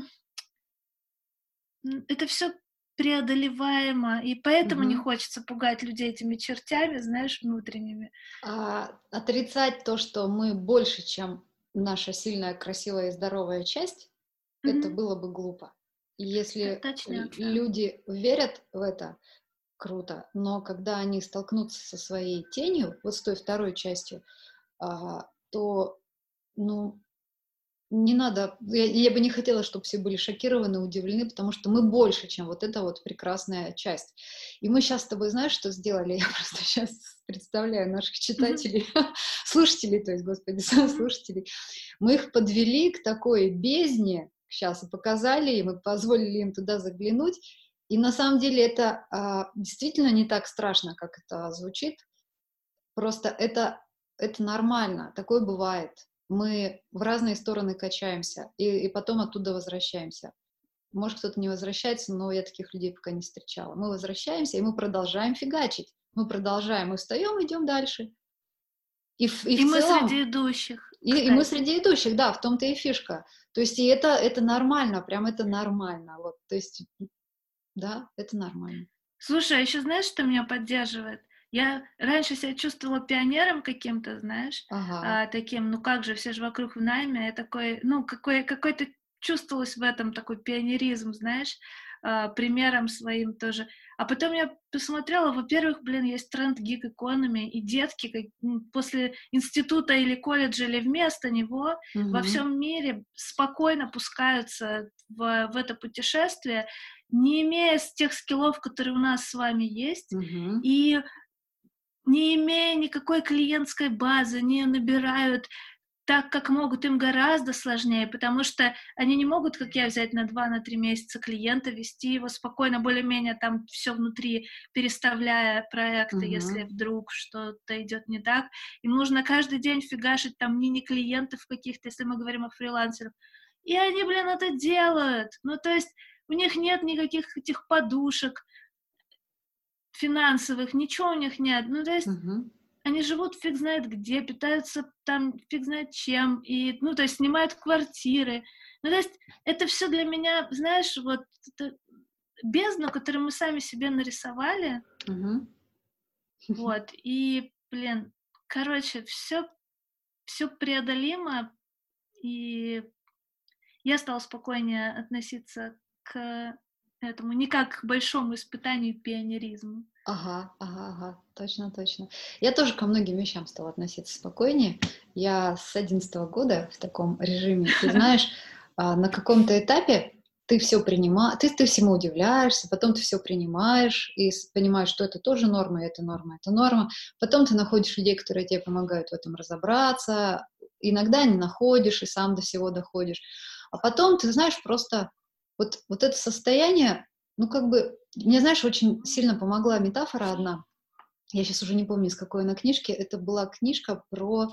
Это все преодолеваемо, и поэтому не Мгм. хочется пугать людей этими чертями, знаешь, внутренними. Отрицать то, что мы больше, чем наша сильная, красивая и здоровая часть, это Мгм. было бы глупо. И если Точняк. люди верят в это, круто, но когда они столкнутся со своей тенью, вот с той второй частью, то, ну, не надо, я бы не хотела, чтобы все были шокированы, удивлены, потому что мы больше, чем вот эта вот прекрасная часть. И мы сейчас с тобой, знаешь, что сделали? Я просто сейчас представляю наших Мгм. читателей, слушателей, то есть, господи, Мгм. слушателей. Мы их подвели к такой бездне сейчас и показали им, и позволили им туда заглянуть. И на самом деле это действительно не так страшно, как это звучит. Просто это нормально, такое бывает. Мы в разные стороны качаемся, и потом оттуда возвращаемся. Может, кто-то не возвращается, но я таких людей пока не встречала. Мы возвращаемся, и мы продолжаем фигачить. Мы продолжаем, мы встаем, идем дальше. И в И мы целом, среди идущих, и мы кстати. среди идущих, да, в том-то и фишка. То есть и это нормально, прям это нормально. Вот, то есть, да, это нормально. Слушай, а еще знаешь, что меня поддерживает? Я раньше себя чувствовала пионером каким-то, знаешь, Ага. таким, ну как же, все же вокруг в найме, я такой, ну какой-то чувствовалось в этом такой пионеризм, знаешь, примером своим тоже. А потом я посмотрела, во-первых, блин, есть тренд гиг-экономи, и детки после института или колледжа или вместо него во Мгм. всем мире спокойно пускаются в это путешествие, не имея тех скиллов, которые у нас с вами есть, Мгм. и не имея никакой клиентской базы, не набирают так, как могут, им гораздо сложнее, потому что они не могут, как я, взять на 2-3 месяца клиента, вести его спокойно, более-менее там все внутри, переставляя проекты, если Мгм. вдруг что-то идет не так. Им нужно каждый день фигашить там мини-клиентов каких-то, если мы говорим о фрилансерах. И они, блин, это делают. Ну, то есть у них нет никаких этих подушек финансовых, ничего у них нет. Ну, то есть Мгм. они живут фиг знает где, питаются там фиг знает чем, и, ну, то есть снимают квартиры. Ну, то есть это все для меня, знаешь, вот это бездну, которую мы сами себе нарисовали, Мгм. вот, и, блин, короче, все преодолимо, и я стала спокойнее относиться к этому, не как к большому испытанию пионеризма. Ага, ага, ага, точно, точно. Я тоже ко многим вещам стала относиться спокойнее. Я с 11 года в таком режиме. Ты знаешь, на каком-то этапе ты все принимаешь, ты всему удивляешься, потом ты все принимаешь и понимаешь, что это тоже норма, и это норма, это норма. Потом ты находишь людей, которые тебе помогают в этом разобраться. Иногда не находишь и сам до всего доходишь. А потом, ты знаешь, просто вот это состояние, ну, как бы, мне, знаешь, очень сильно помогла метафора одна. Я сейчас уже не помню, из какой она книжки. Это была книжка про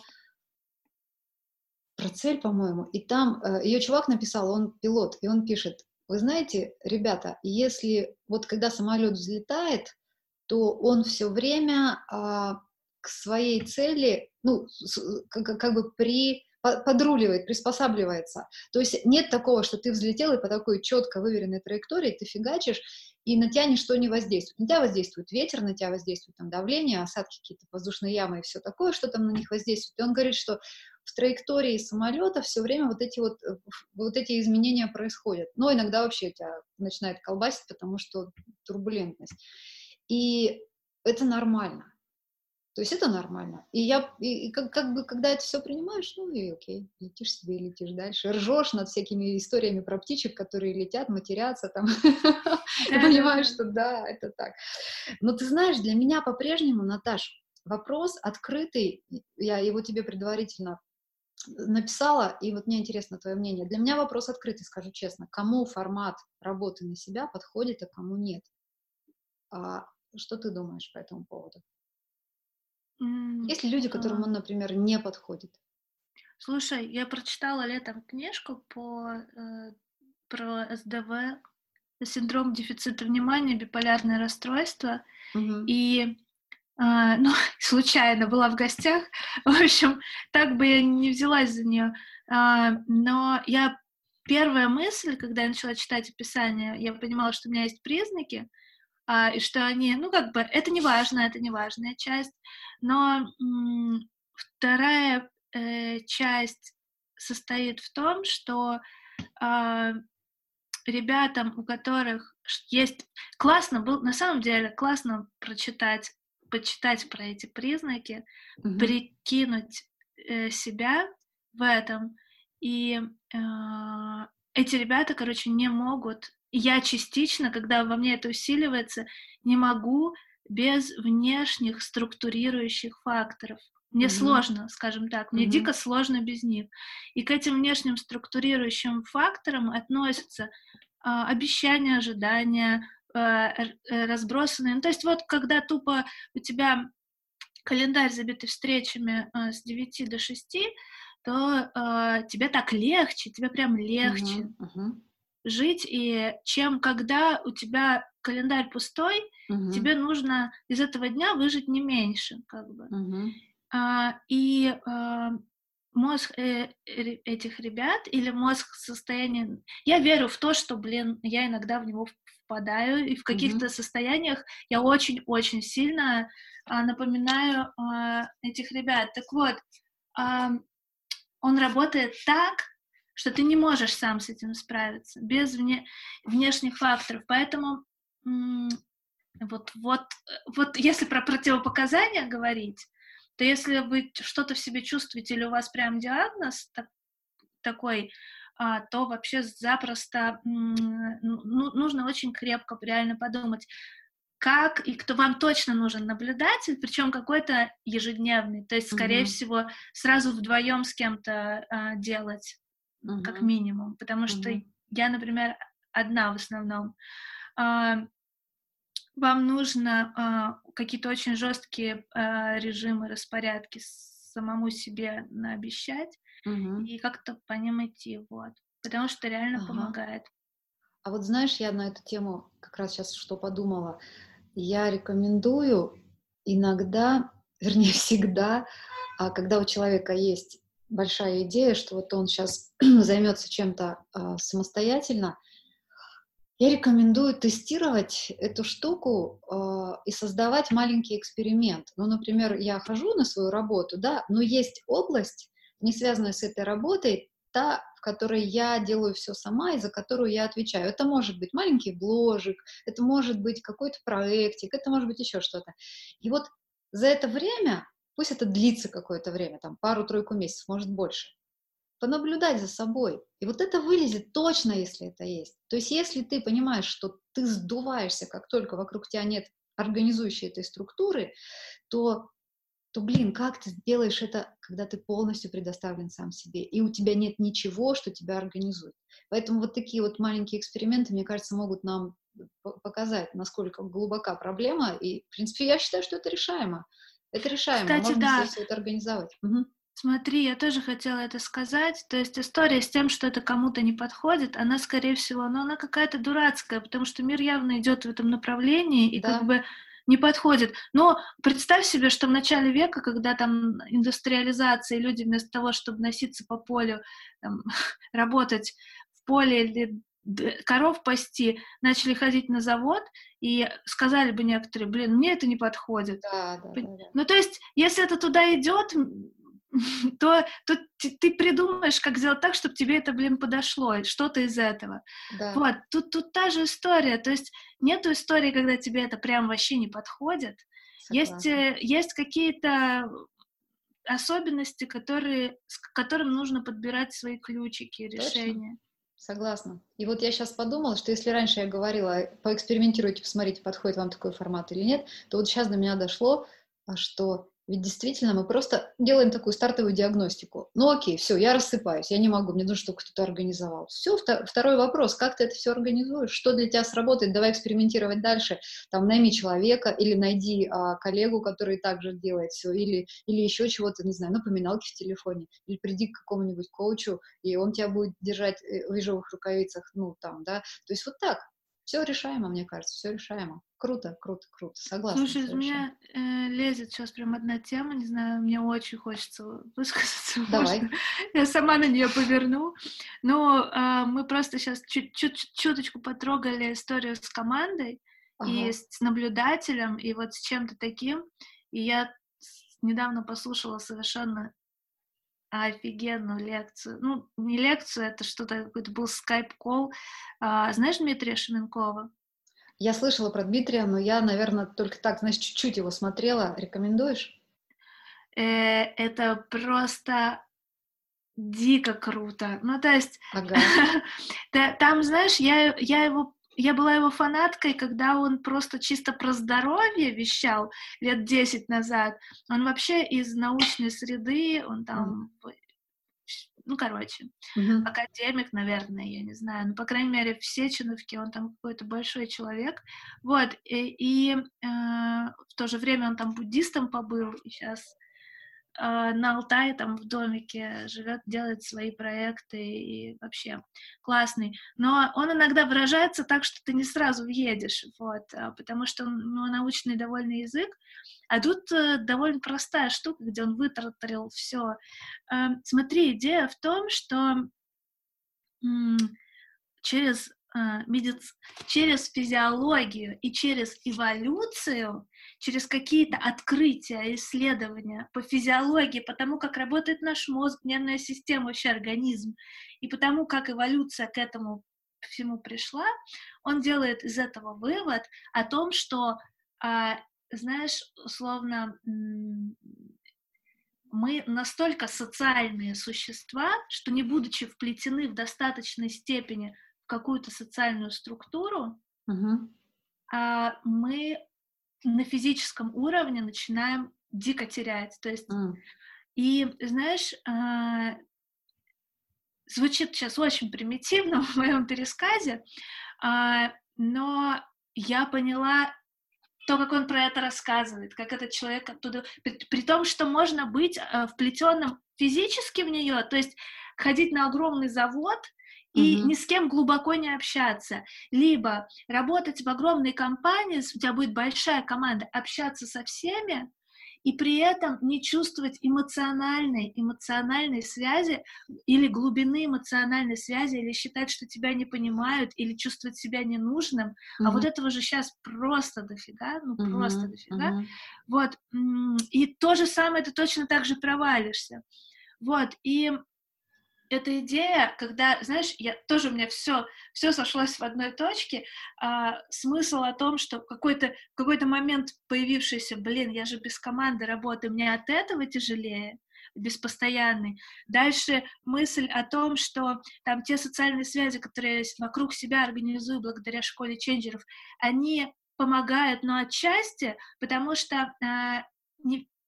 цель, по-моему. И там ее чувак написал, он пилот, и он пишет: вы знаете, ребята, если вот когда самолет взлетает, то он все время к своей цели, ну, как бы подруливает, приспосабливается. То есть нет такого, что ты взлетел и по такой четко выверенной траектории ты фигачишь, и на тебя ничто не воздействует. На тебя воздействует ветер, на тебя воздействует там давление, осадки, какие-то воздушные ямы и все такое, что там на них воздействует. И он говорит, что в траектории самолета все время вот эти изменения происходят. Но иногда вообще тебя начинает колбасить, потому что турбулентность. И это нормально. То есть это нормально. И как бы, когда это все принимаешь, ну и окей, летишь себе и летишь дальше. Ржешь над всякими историями про птичек, которые летят, матерятся там. И понимаешь, что да, это так. Но ты знаешь, для меня по-прежнему, Наташ, вопрос открытый. Я его тебе предварительно написала, и вот мне интересно твое мнение. Для меня вопрос открытый, скажу честно. Кому формат работы на себя подходит, а кому нет? Что ты думаешь по этому поводу? Есть ли люди, которым он, например, не подходит? Слушай, я прочитала летом книжку про СДВ, синдром дефицита внимания, биполярное расстройство, и ну, случайно была в гостях, в общем, так бы я не взялась за нее, но первая мысль, когда я начала читать описание, я понимала, что у меня есть признаки, и что они, ну, как бы, это не важная часть, но вторая часть состоит в том, что ребятам, у которых есть... на самом деле, классно почитать про эти признаки, прикинуть себя в этом, и эти ребята, короче, не могут... Я частично, когда во мне это усиливается, не могу без внешних структурирующих факторов. Мне сложно, скажем так, мне дико сложно без них. И к этим внешним структурирующим факторам относятся обещания, ожидания, разбросанные. Ну, то есть вот когда тупо у тебя календарь забитый встречами с 9 до 6, то тебе так легче, тебе прям легче жить, и чем когда у тебя календарь пустой, тебе нужно из этого дня выжить не меньше, как бы. Мозг этих ребят или мозг состояния... Я верю в то, что, я иногда в него впадаю, и в каких-то состояниях я очень-очень сильно напоминаю этих ребят. Так вот, он работает так, что ты не можешь сам с этим справиться, без внешних факторов. Поэтому вот если про противопоказания говорить, то если вы что-то в себе чувствуете или у вас прям диагноз такой, то вообще запросто нужно очень крепко реально подумать, как и кто вам точно нужен наблюдатель, причем какой-то ежедневный, то есть, скорее всего, сразу вдвоем с кем-то делать, как минимум, потому что я, например, одна в основном. Вам нужно какие-то очень жесткие режимы, распорядки самому себе наобещать и как-то по ним идти, вот, потому что реально помогает. А вот знаешь, я на эту тему как раз сейчас что подумала. Я рекомендую иногда, вернее всегда, когда у человека есть большая идея, что вот он сейчас займется чем-то самостоятельно, я рекомендую тестировать эту штуку и создавать маленький эксперимент. Ну, например, я хожу на свою работу, да, но есть область, не связанная с этой работой, та, в которой я делаю все сама и за которую я отвечаю. Это может быть маленький бложик, это может быть какой-то проектик, это может быть еще что-то. И вот за это время, пусть это длится какое-то время, там пару-тройку месяцев, может больше, понаблюдать за собой. И вот это вылезет точно, если это есть. То есть если ты понимаешь, что ты сдуваешься, как только вокруг тебя нет организующей этой структуры, то то, блин, как ты сделаешь это, когда ты полностью предоставлен сам себе, и у тебя нет ничего, что тебя организует. Поэтому вот такие вот маленькие эксперименты, мне кажется, могут нам показать, насколько глубока проблема, и, в принципе, я считаю, что это решаемо. Это решаемо, Кстати, можно да, здесь все это организовать. Мгм. смотри, я тоже хотела это сказать. То есть история с тем, что это кому-то не подходит, она, скорее всего, но она какая-то дурацкая, потому что мир явно идет в этом направлении и как Да, бы не подходит. Но представь себе, что в начале века, когда там индустриализация, и люди вместо того, чтобы носиться по полю, там, работать в поле или коров пасти, начали ходить на завод, и сказали бы некоторые, блин, мне это не подходит. да, да, да, да. Ну, то есть, если это туда идет, то ты придумаешь, как сделать так, чтобы тебе это, блин, подошло, и что-то из этого. Да, Вот, тут та же история, то есть нету истории, когда тебе это прям вообще не подходит. согласна. Есть какие-то особенности, к которым нужно подбирать свои ключики, Точно. решения. Согласна. И вот я сейчас подумала, что если раньше я говорила, поэкспериментируйте, посмотрите, подходит вам такой формат или нет, то вот сейчас до меня дошло, что ведь действительно мы просто делаем такую стартовую диагностику. Ну окей, все, я рассыпаюсь, я не могу, мне нужно, чтобы кто-то организовал. Все, второй вопрос, как ты это все организуешь, что для тебя сработает, давай экспериментировать дальше, там найми человека или найди коллегу, который также делает все, или еще чего-то, не знаю, напоминалки в телефоне, или приди к какому-нибудь коучу, и он тебя будет держать в ежовых рукавицах, ну, там, да, то есть вот так, все решаемо, мне кажется, все решаемо. Круто, круто, круто, согласна Слушай, из совершенно. меня лезет сейчас прям одна тема, не знаю, мне очень хочется высказаться, можно, Давай. я сама на нее поверну. Но мы просто сейчас чуточку потрогали историю с командой и Ага. с наблюдателем, и вот с чем-то таким. И я недавно послушала совершенно офигенную лекцию. Ну, не лекцию, это что-то, какой-то был скайп-колл. Знаешь Дмитрия Шеменкова? Я слышала про Дмитрия, но я, наверное, только так, знаешь, чуть-чуть его смотрела. Рекомендуешь? Это просто дико круто. Ну, то есть, Ага. там, знаешь, я была его фанаткой, когда он просто чисто про здоровье вещал лет 10 назад. Он вообще из научной среды, он Мгм. там, ну, короче, Мгм. академик, наверное, я не знаю, ну, по крайней мере, в Сеченовке он там какой-то большой человек, вот, в то же время он там буддистом побыл, и сейчас на Алтае там в домике живет, делает свои проекты и вообще классный. Но он иногда выражается так, что ты не сразу въедешь, вот, потому что ну, научный довольно язык, а тут довольно простая штука, где он вытратил все. Смотри, идея в том, что м, через через физиологию и через эволюцию, через какие-то открытия, исследования по физиологии, по тому, как работает наш мозг, нервная система, вообще организм, и потому, как эволюция к этому всему пришла, он делает из этого вывод о том, что, знаешь, условно, мы настолько социальные существа, что не будучи вплетены в достаточной степени в какую-то социальную структуру, Мгм. мы на физическом уровне начинаем дико терять. То есть, М. и знаешь, звучит сейчас очень примитивно в моем пересказе, но я поняла то, как он про это рассказывает, как этот человек оттуда... При том, что можно быть вплетенным физически в нее, то есть ходить на огромный завод и ни Мгм. с кем глубоко не общаться, либо работать в огромной компании, у тебя будет большая команда, общаться со всеми, и при этом не чувствовать эмоциональной связи или глубины эмоциональной связи, или считать, что тебя не понимают, или чувствовать себя ненужным. А вот Мгм. этого же сейчас просто дофига, ну просто Мгм. дофига. Мгм. Вот. И то же самое, ты точно так же провалишься. Вот. И эта идея, когда, знаешь, у меня все сошлось в одной точке, смысл о том, что в какой-то момент появившийся, блин, я же без команды работаю, мне от этого тяжелее, без постоянной. Дальше мысль о том, что там те социальные связи, которые я вокруг себя организую благодаря школе ченджеров, они помогают, но отчасти, потому что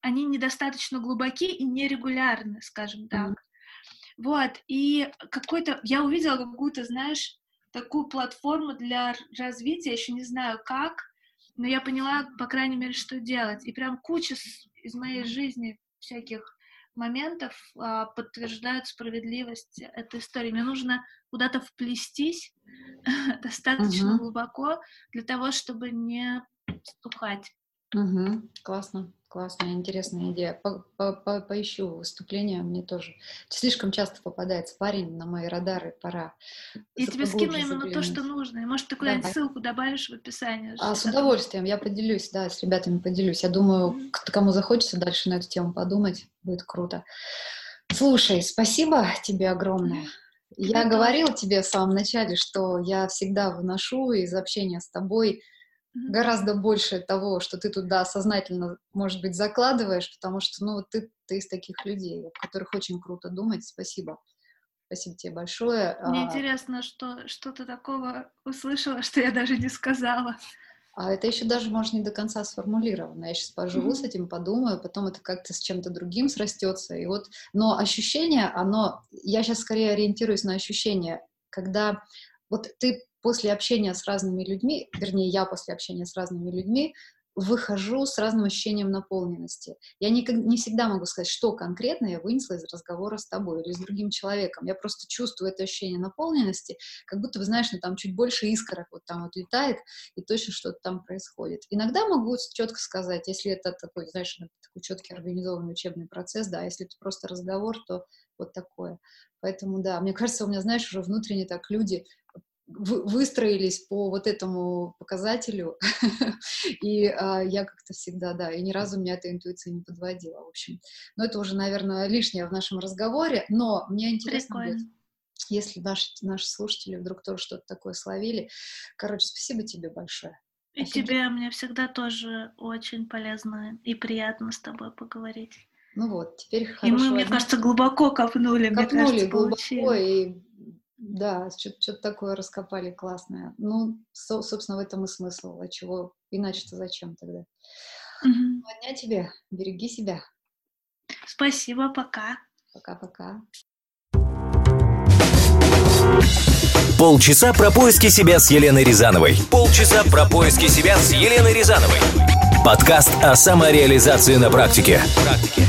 они недостаточно глубоки и нерегулярны, скажем так. Вот, и я увидела какую-то, знаешь, такую платформу для развития, еще не знаю как, но я поняла, по крайней мере, что делать. И прям куча из моей жизни всяких моментов подтверждают справедливость этой истории. Мне нужно куда-то вплестись достаточно глубоко для того, чтобы не стухать. Классно, классная, интересная идея. Поищу выступления, мне тоже слишком часто попадается парень на мои радары, пора. Я тебе скину именно то, что нужно. И, может, ты куда-нибудь ссылку добавишь в описание? С удовольствием, я поделюсь, да, с ребятами поделюсь. Я думаю, кому захочется дальше на эту тему подумать, будет круто. Слушай, спасибо тебе огромное. Я говорила тебе в самом начале, что я всегда выношу из общения с тобой гораздо больше того, что ты туда сознательно, может быть, закладываешь, потому что, ты из таких людей, о которых очень круто думать. Спасибо. Спасибо тебе большое. Мне интересно, что ты такого услышала, что я даже не сказала. А это еще даже, может, не до конца сформулировано. Я сейчас поживу с этим, подумаю, потом это как-то с чем-то другим срастется. И но ощущение, я сейчас скорее ориентируюсь на ощущение, когда ты после общения с разными людьми, вернее, я после общения с разными людьми выхожу с разным ощущением наполненности. Я не всегда могу сказать, что конкретно я вынесла из разговора с тобой или с другим человеком. Я просто чувствую это ощущение наполненности, как будто, знаешь, там чуть больше искорок там летает, и точно что-то там происходит. Иногда могу четко сказать, если это такой, знаешь, такой четкий организованный учебный процесс, да, если это просто разговор, то вот такое. Поэтому, да, мне кажется, у меня, знаешь, уже внутренне так люди выстроились по вот этому показателю, и я как-то всегда, да, и ни разу меня эта интуиция не подводила, в общем. Но это уже, наверное, лишнее в нашем разговоре, но мне интересно будет, если наши слушатели вдруг тоже что-то такое словили. Короче, спасибо тебе большое. И тебе, мне всегда тоже очень полезно и приятно с тобой поговорить. Теперь хорошо. И мы, мне кажется, глубоко копнули, мне кажется, глубоко, и да, что-то такое раскопали классное. Собственно, в этом и смысл. А чего? Иначе-то зачем тогда? Дня тебе. Береги себя. Спасибо, пока. Пока-пока. Полчаса про поиски себя с Еленой Рязановой. Полчаса про поиски себя с Еленой Рязановой. Подкаст о самореализации на практике.